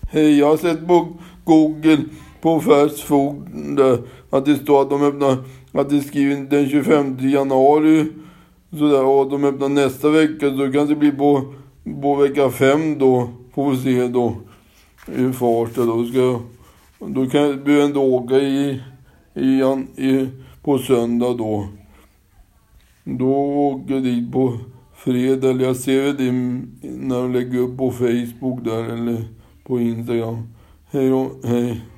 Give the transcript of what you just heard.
Hej, jag har sett på Google på Fast Food där, att det står att de öppnar, att det skriver den 25 januari sådär, och de öppnar nästa vecka, så kan det bli på vecka 5 då, får vi se då i Farsta då kan jag behöva ändå åka på söndag då. Då åker jag dit på fredag, eller jag ser det när de lägger upp på Facebook där eller på Instagram. Hej då, hej.